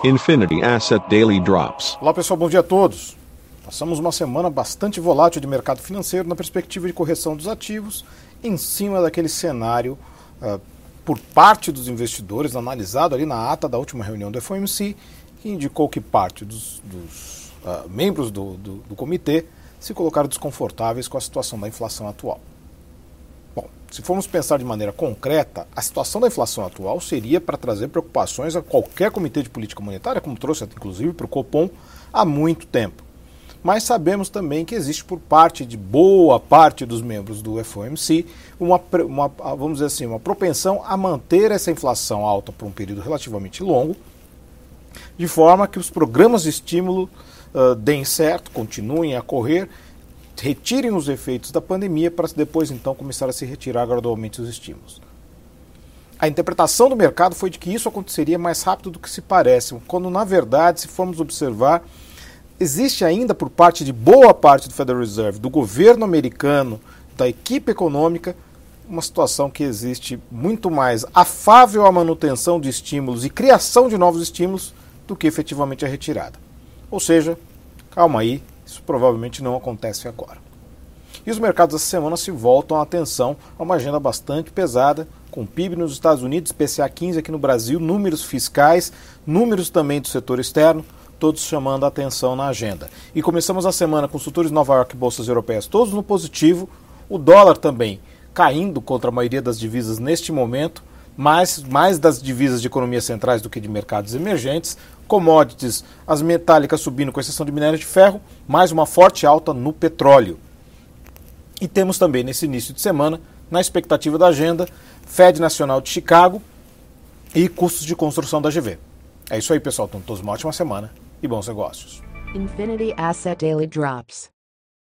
Infinity Asset Daily Drops. Olá pessoal, bom dia a todos. Passamos uma semana bastante volátil de mercado financeiro na perspectiva de correção dos ativos, em cima daquele cenário por parte dos investidores, analisado ali na ata da última reunião do FOMC, que indicou que parte dos membros do comitê se colocaram desconfortáveis com a situação da inflação atual. Bom, se formos pensar de maneira concreta, a situação da inflação atual seria para trazer preocupações a qualquer comitê de política monetária, como trouxe inclusive para o Copom há muito tempo. Mas sabemos também que existe por parte de boa parte dos membros do FOMC vamos dizer assim, uma propensão a manter essa inflação alta por um período relativamente longo, de forma que os programas de estímulo deem certo, continuem a correr, retirem os efeitos da pandemia para depois então começar a se retirar gradualmente os estímulos. A interpretação do mercado foi de que isso aconteceria mais rápido do que se parece, quando na verdade, se formos observar, existe ainda por parte de boa parte do Federal Reserve, do governo americano, da equipe econômica, uma situação que existe muito mais afável à manutenção de estímulos e criação de novos estímulos do que efetivamente a retirada. Ou seja, calma aí, isso provavelmente não acontece agora. E os mercados essa semana se voltam a atenção a uma agenda bastante pesada, com PIB nos Estados Unidos, PCA 15 aqui no Brasil, números fiscais, números também do setor externo, todos chamando a atenção na agenda. E começamos a semana com os futuros de Nova York e bolsas europeias todos no positivo, o dólar também caindo contra a maioria das divisas neste momento, mais das divisas de economias centrais do que de mercados emergentes, commodities, as metálicas subindo com exceção de minério de ferro, mais uma forte alta no petróleo. E temos também nesse início de semana, na expectativa da agenda, Fed Nacional de Chicago e custos de construção da GV. É isso aí pessoal, então todos uma ótima semana e bons negócios. Infinity Asset Daily Drops.